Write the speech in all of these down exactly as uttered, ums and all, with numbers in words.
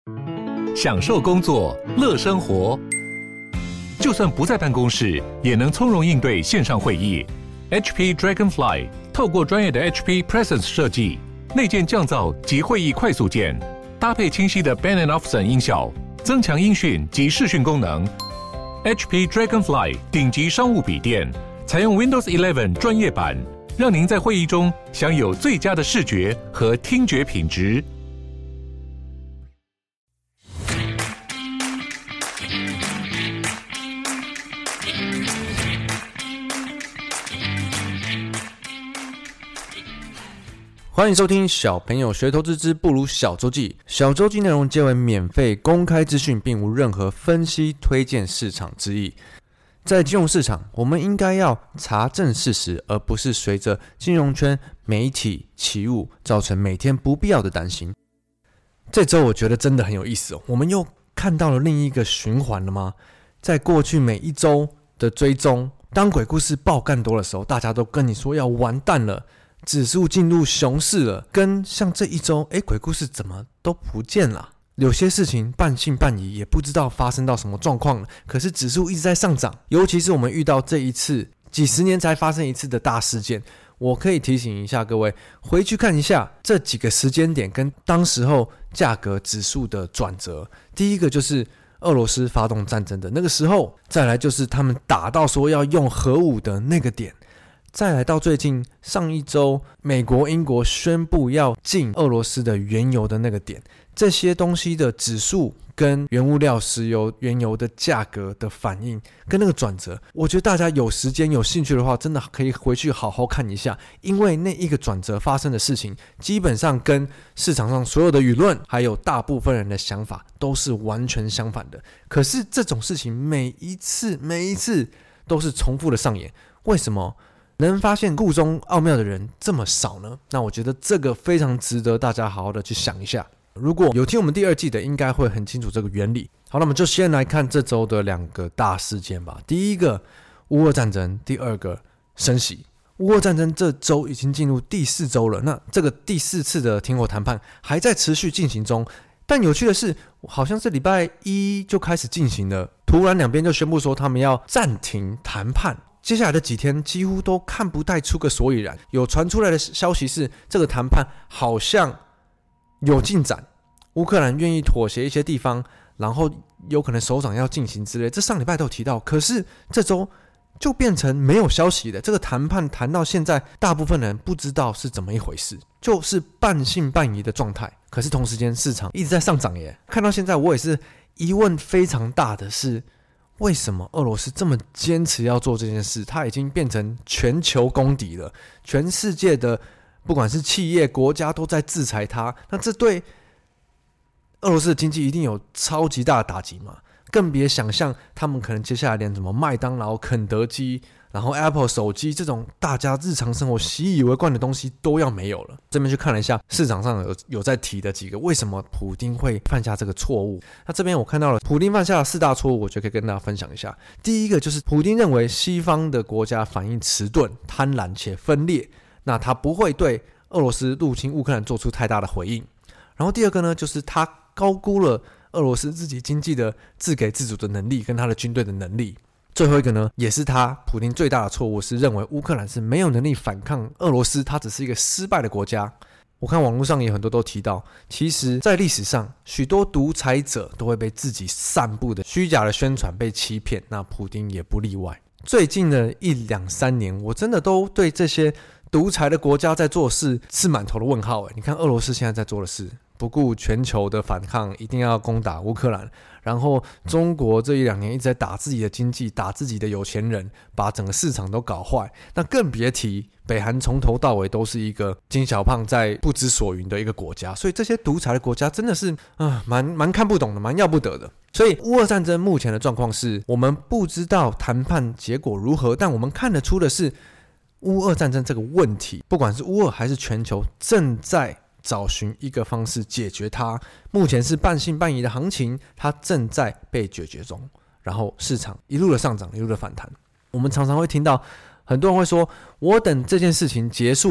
享受工作，乐生活。就算不在办公室，也能从容应对线上会议。H P Dragonfly 透过专业的 H P Presence 设计，内建降噪及会议快速键，搭配清晰的 Bang and Olufsen 音效，增强音讯及视讯功能。H P Dragonfly 顶级商务笔电，采用 Windows 十一专业版，让您在会议中享有最佳的视觉和听觉品质。 欢迎收听小朋友学投资之不如小周记。小周记内容皆为免费公开资讯，并无任何分析推荐市场之意。在金融市场，我们应该要查证事实，而不是随着金融圈媒体起舞，造成每天不必要的担心。这周我觉得真的很有意思哦，我们又看到了另一个循环了吗？在过去每一周的追踪，当鬼故事爆干多的时候，大家都跟你说要完蛋了，指数进入熊市了，跟像这一周，哎，鬼故事怎么都不见了？有些事情半信半疑，也不知道发生到什么状况了。可是指数一直在上涨，尤其是我们遇到这一次几十年才发生一次的大事件，我可以提醒一下各位，回去看一下这几个时间点跟当时候价格指数的转折。第一个就是俄罗斯发动战争的那个时候，再来就是他们打到说要用核武的那个点。再来到最近上一周，美国、英国宣布要禁俄罗斯的原油的那个点，这些东西的指数跟原物料、石油、原油的价格的反应跟那个转折，我觉得大家有时间有兴趣的话，真的可以回去好好看一下，因为那一个转折发生的事情，基本上跟市场上所有的舆论，还有大部分人的想法都是完全相反的。可是这种事情每一次每一次都是重复的上演，为什么能发现故中奥妙的人这么少呢？那我觉得这个非常值得大家好好的去想一下。如果有听我们第二季的，应该会很清楚这个原理。好，那我们就先来看这周的两个大事件吧。第一个，乌俄战争；第二个，升息。乌俄战争这周已经进入第四周了，那这个第四次的停火谈判还在持续进行中。但有趣的是，好像是礼拜一就开始进行了，突然两边就宣布说他们要暂停谈判。接下来的几天几乎都看不太出个所以然，有传出来的消息是这个谈判好像有进展，乌克兰愿意妥协一些地方，然后有可能首长要进行之类，这上礼拜都有提到，可是这周就变成没有消息的。这个谈判谈到现在，大部分人不知道是怎么一回事，就是半信半疑的状态。可是同时间市场一直在上涨耶，看到现在我也是疑问非常大的是，为什么俄罗斯这么坚持要做这件事？它已经变成全球公敌了，全世界的不管是企业、国家都在制裁它，那这对俄罗斯的经济一定有超级大的打击嘛？更别想象他们可能接下来连什么麦当劳、肯德基，然后 Apple 手机这种大家日常生活习以为惯的东西都要没有了。这边去看了一下市场上 有, 有在提的几个为什么普丁会犯下这个错误。那这边我看到了普丁犯下的四大错误，我觉得可以跟大家分享一下。第一个就是普丁认为西方的国家反应迟钝、贪婪且分裂，那他不会对俄罗斯入侵乌克兰做出太大的回应。然后第二个呢，就是他高估了俄罗斯自己经济的自给自足的能力跟他的军队的能力。最后一个呢，也是他普丁最大的错误，是认为乌克兰是没有能力反抗俄罗斯，他只是一个失败的国家。我看网络上也很多都提到，其实在历史上许多独裁者都会被自己散布的虚假的宣传被欺骗，那普丁也不例外。最近的一两三年，我真的都对这些独裁的国家在做事是满头的问号。你看俄罗斯现在在做的事，不顾全球的反抗，一定要攻打乌克兰。然后中国这一两年一直在打自己的经济，打自己的有钱人，把整个市场都搞坏。那更别提北韩从头到尾都是一个金小胖在不知所云的一个国家。所以这些独裁的国家真的是啊，蛮蛮看不懂的，蛮要不得的。所以乌俄战争目前的状况是，我们不知道谈判结果如何，但我们看得出的是，乌俄战争这个问题，不管是乌俄还是全球，正在找寻一个方式解决它。目前是半信半疑的行情，它正在被解决中，然后市场一路的上涨，一路的反弹。我们常常会听到很多人会说，我等这件事情结束了，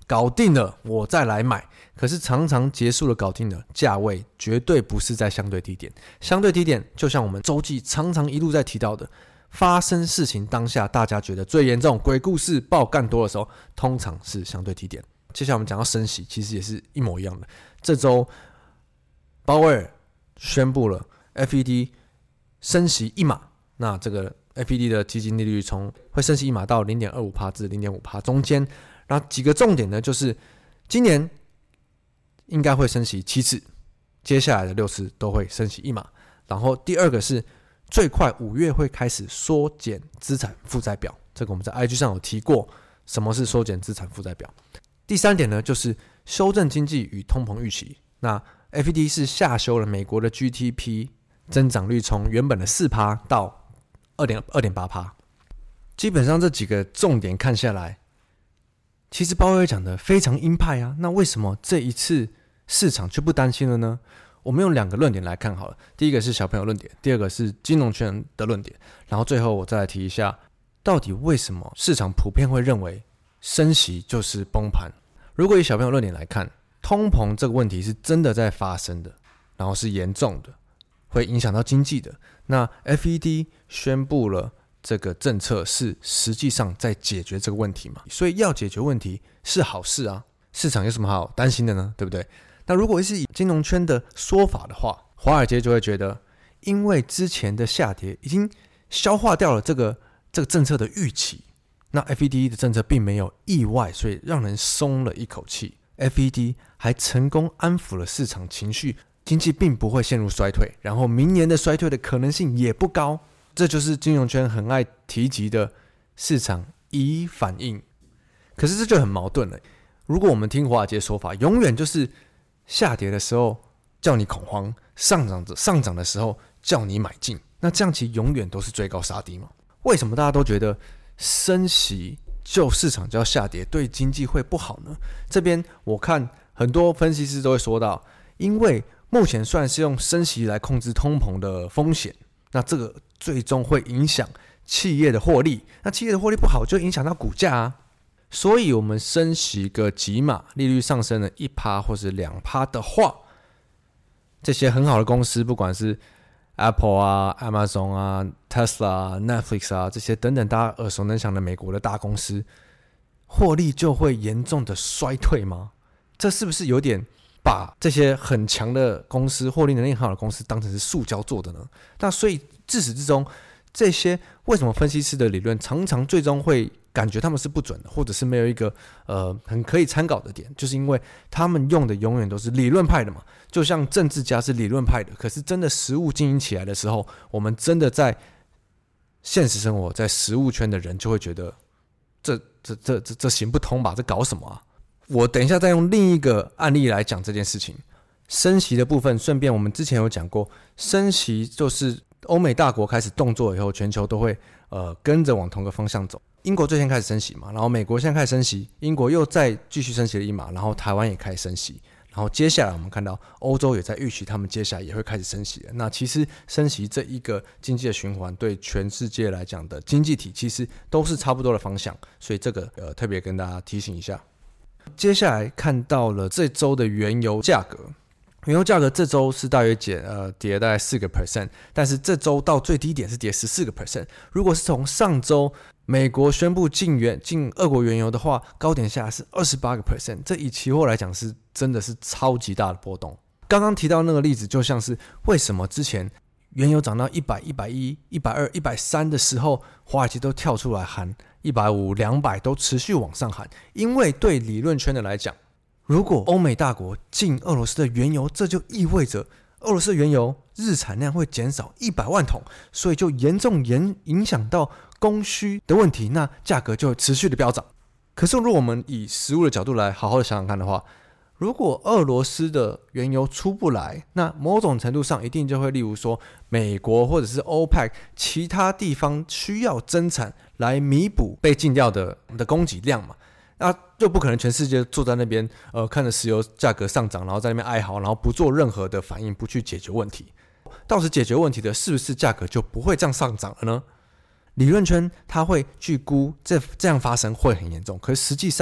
搞定了我再来买。可是常常结束了搞定了，价位绝对不是在相对低点。相对低点就像我们周记常常一路在提到的，发生事情当下大家觉得最严重鬼故事爆干多的时候，通常是相对低点。接下来我们讲到升息，其实也是一模一样的。这周鲍威尔宣布了 F E D 升息一码，那这个 F E D 的基金利率从会升息一码到 零点二五 至 零点五 中间。然后几个重点呢，就是今年应该会升息七次，接下来的六次都会升息一码。然后第二个是最快五月会开始缩减资产负债表，这个我们在 I G 上有提过，什么是缩减资产负债表。第三点呢，就是修正经济与通膨预期。那 F E D 是下修了美国的 G D P 增长率从原本的 百分之四 到 二点八。 基本上这几个重点看下来，其实鲍威尔讲的非常鹰派啊，那为什么这一次市场就不担心了呢？我们用两个论点来看好了，第一个是小朋友论点，第二个是金融圈的论点，然后最后我再来提一下，到底为什么市场普遍会认为升息就是崩盘。如果以小朋友论点来看，通膨这个问题是真的在发生的，然后是严重的，会影响到经济的。那 F E D 宣布了这个政策是实际上在解决这个问题嘛，所以要解决问题是好事啊，市场有什么好担心的呢？对不对？那如果是以金融圈的说法的话，华尔街就会觉得，因为之前的下跌已经消化掉了这个这个政策的预期，那 F E D 的政策并没有意外，所以让人松了一口气。F E D 还成功安抚了市场情绪，经济并不会陷入衰退，然后明年的衰退的可能性也不高。这就是金融圈很爱提及的市场已反应。可是这就很矛盾了，如果我们听华尔街说法，永远就是下跌的时候叫你恐慌，上涨上涨的时候叫你买进，那这样其实永远都是追高杀低嘛。为什么大家都觉得升息就市场就要下跌，对经济会不好呢？这边我看很多分析师都会说到，因为目前虽然是用升息来控制通膨的风险，那这个最终会影响企业的获利，那企业的获利不好就影响到股价啊。所以我们升息个几码，利率上升了 百分之一 或是 百分之二 的话，这些很好的公司，不管是 Apple 啊、Amazon 啊、Tesla 啊、Netflix 啊，这些等等大家耳熟能详的美国的大公司，获利就会严重的衰退吗？这是不是有点把这些很强的公司、获利能力很好的公司当成是塑胶做的呢？那所以自始至终，这些为什么分析师的理论常常最终会感觉他们是不准的，或者是没有一个呃很可以参考的点，就是因为他们用的永远都是理论派的嘛。就像政治家是理论派的，可是真的实务经营起来的时候，我们真的在现实生活、在实务圈的人就会觉得这这这这这行不通吧？这搞什么啊？我等一下再用另一个案例来讲这件事情。升息的部分，顺便我们之前有讲过，升息就是欧美大国开始动作以后，全球都会呃跟着往同个方向走。英国最先开始升息嘛，然后美国现在开始升息，英国又再继续升息了一码，然后台湾也开始升息，然后接下来我们看到欧洲也在预期他们接下来也会开始升息了。那其实升息这一个经济的循环，对全世界来讲的经济体其实都是差不多的方向，所以这个呃特别跟大家提醒一下。接下来看到了这周的原油价格。原油价格这周是大约减呃跌大概 百分之四， 但是这周到最低点是跌 百分之十四。 如果是从上周美国宣布禁原禁俄国原油的话，高点下来是 百分之二十八， 这以期货来讲是真的是超级大的波动。刚刚提到那个例子就像是为什么之前原油涨到一百、一百一、一百二、一百三的时候，华尔街都跳出来喊一百五、两百都持续往上喊，因为对理论圈的来讲，如果欧美大国禁俄罗斯的原油，这就意味着俄罗斯的原油日产量会减少一百万桶，所以就严重影响到供需的问题，那价格就持续的飙涨。可是如果我们以实务的角度来好好的想想看的话，如果俄罗斯的原油出不来，那某种程度上一定就会例如说美国或者是 O P E C 其他地方需要增产来弥补被禁掉 的, 的供给量嘛，那就不可能全世界坐在那边呃看着石油价格上涨，然后在那边哀嚎，然后不做任何的反应，不去解决问题。到时解决问题的是不是价格就不会这样上涨了呢？理论圈它会去估 这, 这样发生会很严重，可是实际上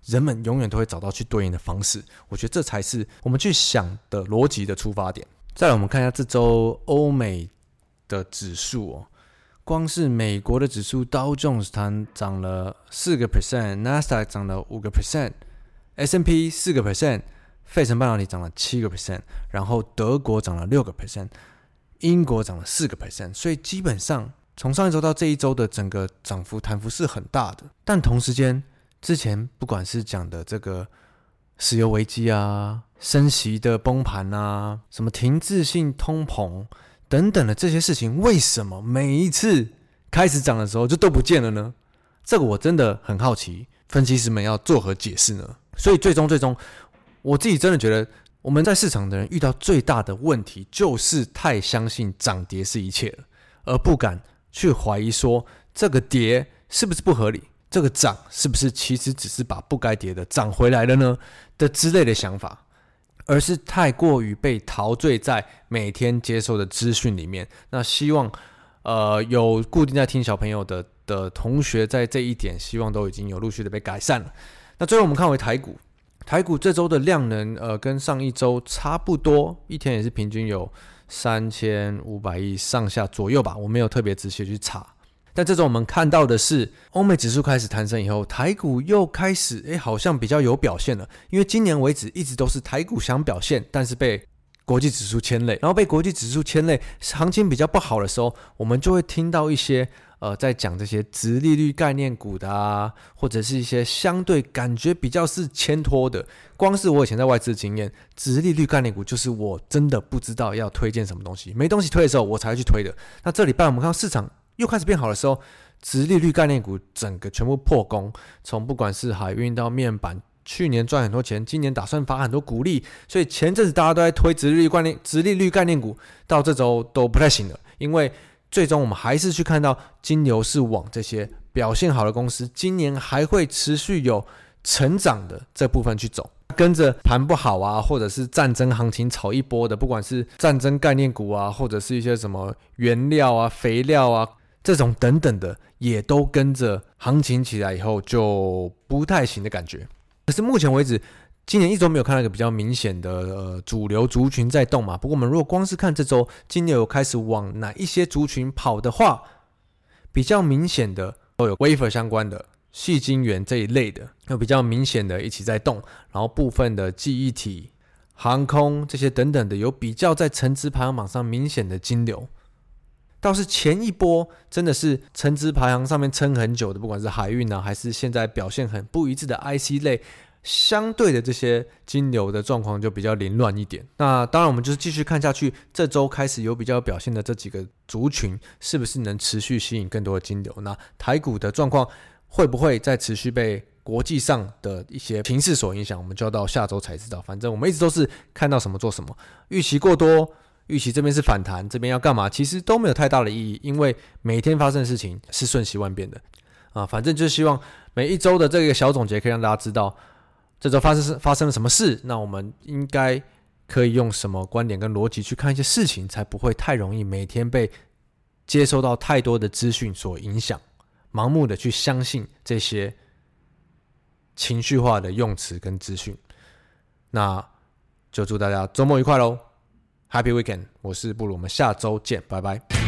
人们永远都会找到去对应的方式。我觉得这才是我们去想的逻辑的出发点。再来我们看一下这周欧美的指数哦，光是美国的指数道琼斯它涨了 百分之四 Nasdaq 涨了 百分之五 S and P 百分之四 费城半导体涨了 百分之七 然后德国涨了 百分之六 英国涨了 百分之四 所以基本上从上一周到这一周的整个涨幅弹幅是很大的。但同时间之前不管是讲的这个石油危机啊、升息的崩盘啊、什么停滞性通膨等等的这些事情，为什么每一次开始涨的时候就都不见了呢？这个我真的很好奇，分析师们要作何解释呢？所以最终最终我自己真的觉得我们在市场的人遇到最大的问题就是太相信涨跌是一切了，而不敢去怀疑说这个跌是不是不合理，这个涨是不是其实只是把不该跌的涨回来了呢的之类的想法，而是太过于被陶醉在每天接受的资讯里面。那希望呃有固定在听小朋友的的同学在这一点希望都已经有陆续的被改善了。那最后我们看回台股，台股这周的量能呃跟上一周差不多，一天也是平均有三千五百亿上下左右吧，我没有特别仔细去查。但这周我们看到的是欧美指数开始弹升以后，台股又开始诶好像比较有表现了，因为今年为止一直都是台股想表现，但是被国际指数牵累，然后被国际指数牵累，行情比较不好的时候，我们就会听到一些呃在讲这些殖利率概念股的啊，或者是一些相对感觉比较是牵拖的。光是我以前在外资的经验，殖利率概念股就是我真的不知道要推荐什么东西，没东西推的时候我才会去推的。那这礼拜我们看到市场又开始变好的时候，殖利率概念股整个全部破功，从不管是海运到面板，去年赚很多钱，今年打算发很多股利，所以前阵子大家都在推殖利率概念、殖利率概念股，到这周都不太行了，因为最终我们还是去看到金流是往这些表现好的公司，今年还会持续有成长的这部分去走。跟着盘不好啊，或者是战争行情炒一波的，不管是战争概念股啊，或者是一些什么原料啊、肥料啊这种等等的，也都跟着行情起来以后就不太行的感觉。可是目前为止，今年一周没有看到一个比较明显的、呃、主流族群在动嘛。不过我们如果光是看这周金流有开始往哪一些族群跑的话，比较明显的都有 wafer 相关的、矽晶圆这一类的，有比较明显的一起在动，然后部分的记忆体、航空这些等等的，有比较在成值排行榜上明显的金流。倒是前一波真的是成值排行上面撑很久的，不管是海运啊，还是现在表现很不一致的 I C 类，相对的这些金流的状况就比较凌乱一点。那当然我们就是继续看下去，这周开始有比较表现的这几个族群是不是能持续吸引更多的金流，那台股的状况会不会再持续被国际上的一些情势所影响，我们就要到下周才知道。反正我们一直都是看到什么做什么，预期过多，预期这边是反弹，这边要干嘛，其实都没有太大的意义，因为每天发生的事情是瞬息万变的啊。反正就是希望每一周的这个小总结可以让大家知道这周发生发生了什么事，那我们应该可以用什么观点跟逻辑去看一些事情，才不会太容易每天被接收到太多的资讯所影响，盲目的去相信这些情绪化的用词跟资讯。那就祝大家周末愉快咯， Happy Weekend， 我是布鲁，我们下周见，拜拜。